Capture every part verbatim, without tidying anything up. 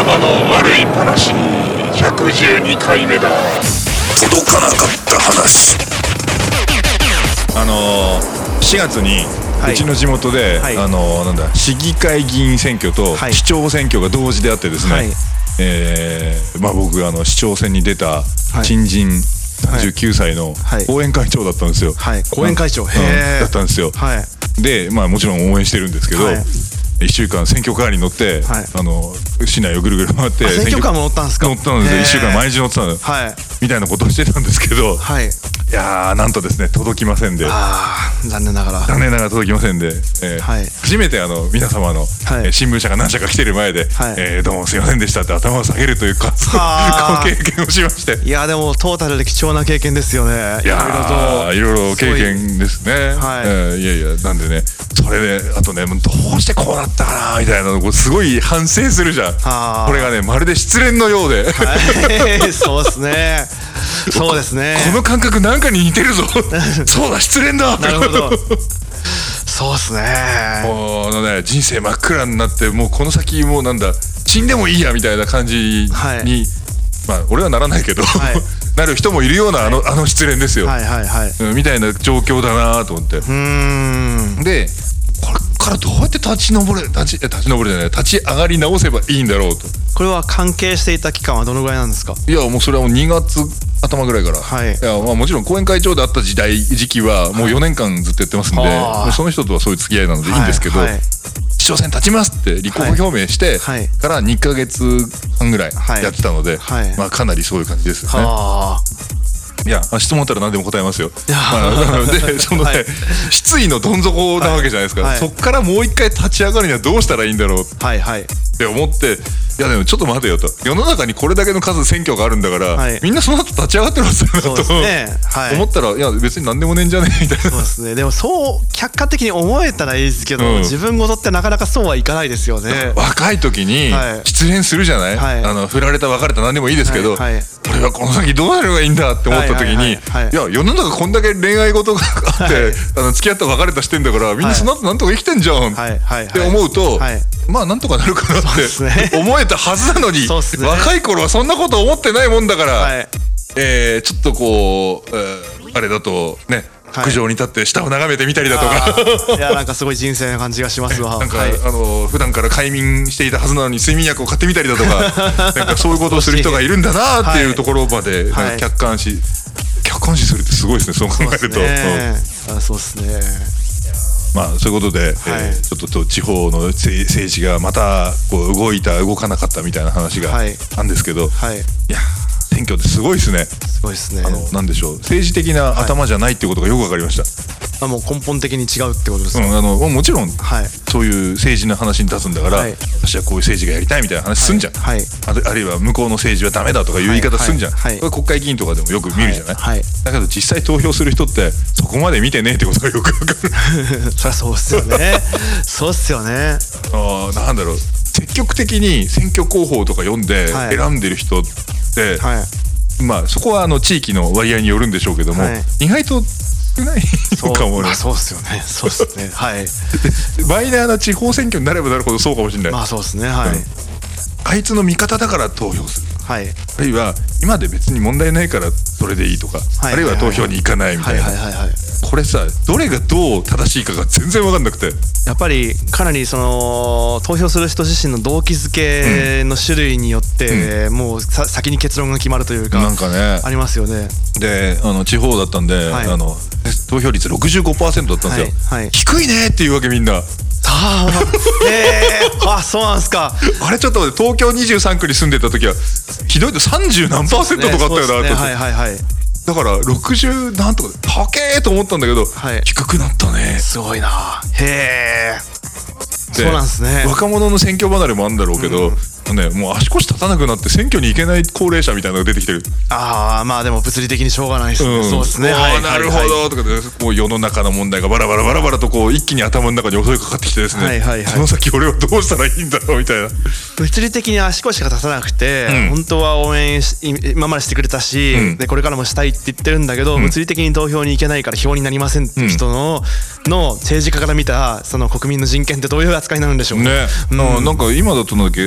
様の悪い話ひゃくじゅうにかいめだ。 届かなかった話。 あのー、しがつにはいうちの地元で、 はいあのー、なんだ市議会議員選挙とはい市長選挙が同時であってですね、 はいえーまあ、僕あの市長選に出たはい新人さんじゅうきゅうさいのはい後援会長だったんですよ。 はい後援会長、 うんへーだったんですよ。 はいで、まあ、もちろん応援してるんですけど、 はいいっしゅうかん選挙カーに乗って、 はいあの市内をぐるぐる回ってあ選挙カーも乗ったんですか。 乗ったんですよ。 へーいっしゅうかん毎日乗ってたのはいみたいなことをしてたんですけど、 はい。 いやーなんとですね届きませんで、 あー残念ながら。 残念ながら届きませんで、えーはい初めてあの皆様の、 はいえー新聞社が何社か来てる前で、 はいえーどうもすいませんでしたって頭を下げるというかそはーの経験をしまして。 いやでもトータルで貴重な経験ですよね。 いやーいろいろ経験ですね。 はいえーいやいやなんでねそれであとねもうどうしてこうなったかなみたいなのをすごい反省するじゃん。 はーこれがねまるで失恋のようで、 はいそうですね。そうですね。 この感覚なんかに似てるぞそうだ失恋だなるほど。そうですね。 もうあのね人生真っ暗になってもうこの先もうなんだ死んでもいいやみたいな感じに、 はいまあ俺はならないけど、 はいなる人もいるようなあのあの失恋ですよ、 はいはいはい。ううんみたいな状況だなと思って。 ーん。 でこれからどうやって立ち上れ立ち立ち上れじゃない立ち上がり直せばいいんだろうと。 これは関係していた期間はどのぐらいなんですか。 いやもうそれはもうにがつ頭ぐらいから、 はいやまあもちろん後援会長であった時代時期はもうよねんかんずっとやってますんで、 はあもうその人とはそういう付き合いなのでいいんですけど、 はいはい市長選立ちますって立候補表明してはいからにかげつはんぐらいはいやってたので、 はいまあかなりそういう感じですよね。 はあ。 いや質問あったら何でも答えますよ。 いやまあなのでそのね、 はい失意のどん底なわけじゃないですか、 はいそっからもう一回立ち上がるにはどうしたらいいんだろうっはいはい。 て思って、いやでもちょっと待てよと、世の中にこれだけの数選挙があるんだから、 はいみんなその後立ち上がってるはずだなとそうですね。はい。 思ったら、いや別に何でもねえんじゃねえみたいな。 そうですね。でもそう客観的に思えたらいいですけど、 うん自分ごとってなかなかそうはいかないですよね。 若い時にはい失恋するじゃない、 はいあの振られた別れた何でもいいですけど、 はいはい俺はこの先どうなればいいんだって思った時に、 はいはいはいはいいや世の中こんだけ恋愛事があって、 はいあの付き合った別れたしてんだからみんなその後なんとか生きてんじゃん、 はいはいはいって思うと、 はいまあなんとかなるかなそうですねって思えたはずなのに、 そうっすね若い頃はそんなこと思ってないもんだから、 はいえーちょっとこう、えーあれだとねはい屋上に立って下を眺めてみたりだとあか。 ーいやなんかすごい人生な感じがしますわ。 なんか、 はいあの普段から快眠していたはずなのに睡眠薬を買ってみたりだとかなんかそういうことをする人がいるんだなっていうところまで、 はいなんか客観視客観視するってすごいですねそう考えると。 ねあそうですね。 まあそういうことで、 はいえーちょっとと地方の政政治がまたこう動いた動かなかったみたいな話がはいあんですけど、 はいいや選挙ってすごいですね。 すごいですね。 あのなんでしょう政治的な頭じゃないっていうことがよくわかりました。 あもう根本的に違うってことですか。 うん、あのもちろんはいそういう政治の話に立つんだから、 はい私はこういう政治がやりたいみたいな話すんじゃん、 はいはいあるあるいは向こうの政治はダメだとかいう言い方すんじゃん、 はいはいこれ国会議員とかでもよく見るじゃない、 はいはいだけど実際投票する人ってそこまで見てねえってことがよくわかるそりゃそうっすよね。そうっすよね。 あーなんだろう積極的に選挙広報とか読んではい選んでる人って、 はい。 まあそこはあの地域の割合によるんでしょうけども、 はい意外と少ないそうかもねまあそうっすよね。そうっすね。はい。 マイナーな地方選挙になればなるほどそうかもしれない、 まあそうっすね。はい。 うんあいつの味方だから投票する、 はい。 あるいは今で別に問題ないからそれでいいとか、 はいあるいは投票に行かないみたいな、 はいはいはいはい。 これさどれがどう正しいかが全然分かんなくて、 やっぱりかなりその投票する人自身の動機づけの種類によって、もうさ先に結論が決まるというか、 なんかねありますよね。 であの地方だったんで、 はいあの投票率 ろくじゅうごパーセント だったんですよ、 はいはい低いねっていうわけみんな。 ああ、ええあ、そうなんですか。 あれちょっと待って東京にじゅうさんくに住んでた時はひどいとさんじゅう何パーセントとかあったよなと思って、 ねはいはいはい。 だからろくじゅうなんとかで高えと思ったんだけど、 はい低くなったね。 すごいな。へえ。 でそうなんですね。 若者の選挙離れもあるんだろうけど、ね、もう足腰立たなくなって選挙に行けない高齢者みたいなのが出てきてる。 ああ、まあでも物理的にしょうがないですね。 んそうですね。 あはい。 あなるほはいどとかでもう世の中の問題がバラバラバラバラとこう一気に頭の中に襲いかかってきてですね、 はいはいはいこの先俺はどうしたらいいんだろうみたいな。 物理的に足腰が立たなくて、 うん本当は応援し今までしてくれたし、 うんでこれからもしたいって言ってるんだけど、 ん物理的に投票に行けないから票になりませんっていう人の、の政治家から見たその国民の人権ってどういう扱いになるんでしょうね、 うんあなんか今だとなんだっけあの介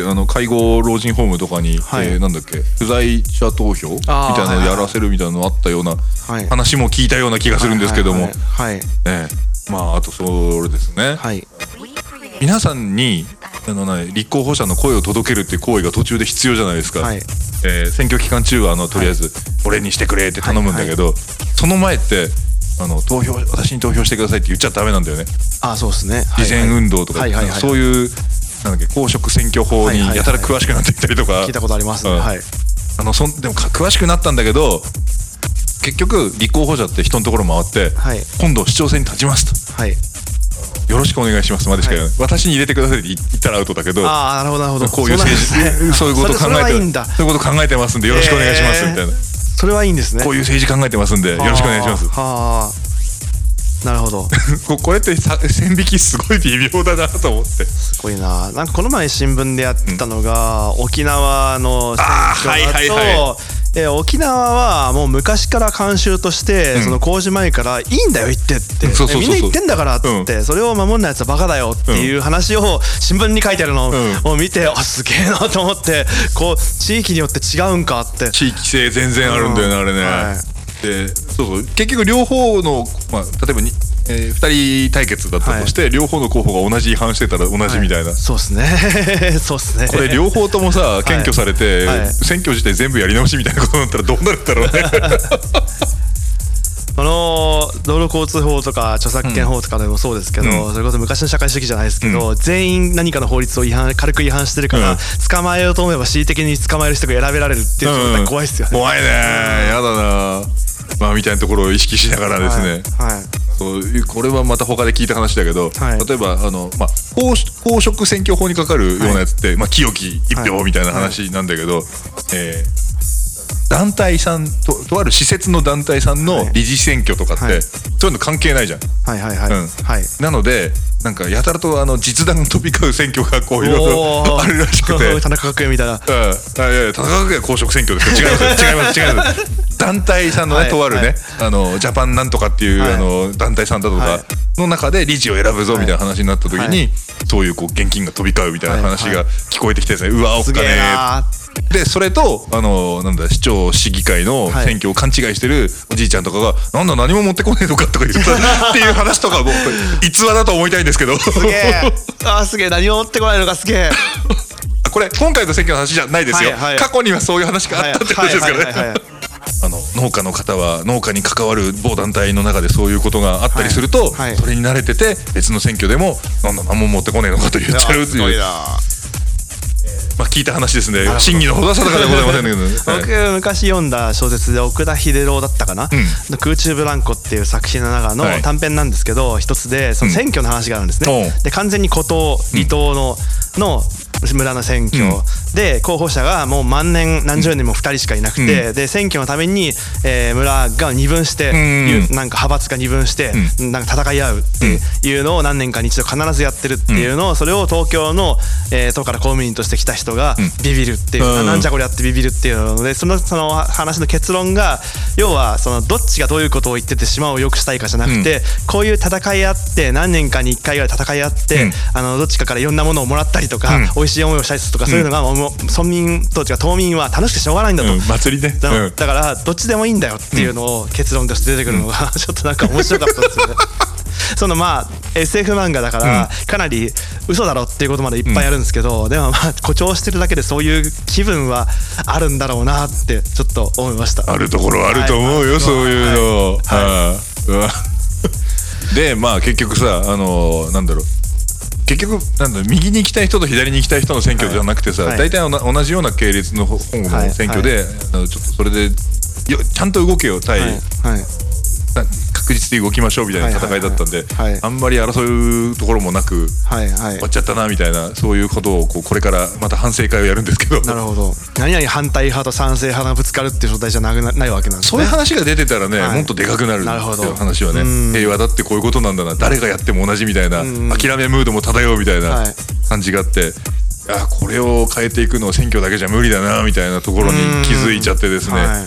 護老人ホームとかに、 はいえーなんだっけ不在者投票みたいなのをやらせるみたいなのあったようなはい話も聞いたような気がするんですけども、 はいはいはいええまああとそれですね、 はい皆さんにあの、ね、立候補者の声を届けるっていう行為が途中で必要じゃないですか、 はいえー選挙期間中はあのとりあえず俺にしてくれって頼むんだけど、その前ってあの投票私に投票してくださいって言っちゃダメなんだよね。 あそうですね事前運動とか、 はいはいはいはいそういうなんだっけ公職選挙法にやたら詳しくなってきたりとか、 聞いたことありますね、 うんはいあのそんでもか詳しくなったんだけど結局立候補者って人のところ回って、 はい今度市長選に立ちますとはいよろしくお願いしますまでしか言わない、私に入れてくださいって言ったらアウトだけど、 ああなるほどなるほどこういう政治そうなんですねそういうこと考それそれえてはいいんだそういうこと考えてますんでよろしくお願いしますみたいな、 それはいいんですねこういう政治考えてますんでよろしくお願いします。 はあなるほどここれってさ線引きすごい微妙だなと思ってすごいな。なんかこの前新聞でやってたのが、沖縄の選挙だと、 あーはいはいはいえー沖縄はもう昔から慣習として、 うんその公示前からいいんだよ言ってって、 うんそうそうそうそうみんな言ってんだからっつって、それを守んないやつはバカだよっていう話を新聞に書いてあるのを見て、あすげえなと思って、こう地域によって違うんかって地域性全然あるんだよね、 うんあれね、 はいでそうそう結局両方の、まあ、例えばに、えー、ふたり対決だったとして、両方の候補が同じ違反してたら同じみたいな、 はいそうですねそうですねこれ両方ともさ検挙されて、 はいはい選挙自体全部やり直しみたいなことになったらどうなるんだろうねこの道路交通法とか著作権法とかでもそうですけど、 うんそれこそ昔の社会主義じゃないですけど、 う全員何かの法律を違反軽く違反してるから、 うん捕まえようと思えば恣意的に捕まえる人が選べられるっていう状態怖いですよね。 怖いね、やだなまあみたいなところを意識しながらですね、 はいはいそういうこれはまた他で聞いた話だけど、 はい例えばあの、まあ、公公職選挙法にかかるようなやつって、まあ、清き一票みたいな話なんだけど、えー団体さんととある施設の団体さんの理事選挙とかって、 はいそういうの関係ないじゃん。 はいはいはい、 うんはいなのでなんかやたらとあの実弾が飛び交う選挙がこういろいろあるらしくて。 田中角栄みたいな。 うん、あいやいや田中角栄は公職選挙ですけど違います違います違います団体さんのね、 はいとあるね、 はいあのジャパンなんとかっていう、 はいあの団体さんだとかはいの中で理事を選ぶぞみたいな話になった時に、 はいそういうこう現金が飛び交うみたいな話が聞こえてきてですね、うわおっすげえかねなーでそれとあのなんだ市長市議会の選挙を勘違いしてるおじいちゃんとかが、なんだ何も持ってこねえのかとか言ったっていう話とかも逸話だと思いたいんですけどすげえあーすげえ何も持ってこないのがすげえこれ今回の選挙の話じゃないですよ、 はいはい過去にはそういう話があったって話ですからねはいはいはいはいあの農家の方は農家に関わる某団体の中でそういうことがあったりすると、 はいはいそれに慣れてて別の選挙でもなんだ何も持ってこねえのかと言っちゃうっていうなまあ聞いた話ですねほど真偽のほどは定かではございませんけど、ね僕はい昔読んだ小説で奥田秀郎だったかな、の空中ブランコっていう作品の中のはい短編なんですけど、一つでその選挙の話があるんですね、 うんで完全に孤島離島の、の村の選挙、 うんで候補者がもう万年何十年もふたりしかいなくて、で選挙のために、えー村が二分して、 うんなんか派閥が二分して、なんか戦い合うっていうのを何年かに一度必ずやってるっていうのを、それを東京の、えー、党から公務員として来た人がビビるっていう、 うんなんじゃこりゃってビビるっていうので、そのその話の結論が要はそのどっちがどういうことを言ってて島を良くしたいかじゃなくて、 うんこういう戦いあって何年かにいっかいぐらい戦いあって、 うんあのどっちかからいろんなものをもらったりとか、 うん美味しい思いをしたりするとか、そういうのがもうもう村民とか島民は楽しくてしょうがないんだと。 うん祭りね、 だうんだからどっちでもいいんだよっていうのを結論として出てくるのがちょっとなんか面白かったですよね。そのまあ エスエフ 漫画だからかなり嘘だろっていうことまでいっぱいあるんですけど、でもまあ誇張してるだけでそういう気分はあるんだろうなってちょっと思いました。 あるところはあると思うよ、 はいそういうの、 はいはい、うわでまあ結局さあのなんだろう結局なんだ右に行きたい人と左に行きたい人の選挙じゃなくてさ、 はい大体おな同じような系列の方の選挙で、あのちょっとそれでよちゃんと動けよ対、 はいはいな確実に動きましょうみたいな戦いだったんで、 はいはいはいあんまり争うところもなくはいはい終わっちゃったなみたいな、そういうことをこうこれからまた反省会をやるんですけど、 なるほど。何々反対派と賛成派がぶつかるっていう状態じゃなくなないわけなんですね。 そういう話が出てたらね、 はいもっとでかくなるんですよなるほど話はね。 うん平和だってこういうことなんだな、誰がやっても同じみたいな、 ん諦めムードも漂うみたいなはい感じがあって、あこれを変えていくのは選挙だけじゃ無理だなみたいなところに気づいちゃってですね、 はい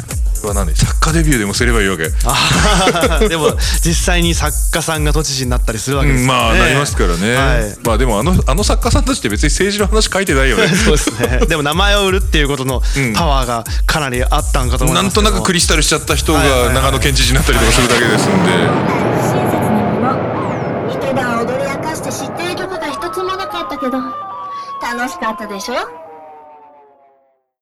は何作家デビューでもすればいいわけ。 あーでも実際に作家さんが都知事になったりするわけですからね、 まあなりますからね、 はい、 まあでもあのあの作家さんたちって別に政治の話書いてないよねそうですね。でも名前を売るっていうことのパワーがかなりあったんかと思いますけど、 なんとなくクリスタルしちゃった人が長野県知事になったりとかするだけですんで、 親切なもの。一晩踊り明かして知ってる曲が一つもなかったけど楽しかったでしょ。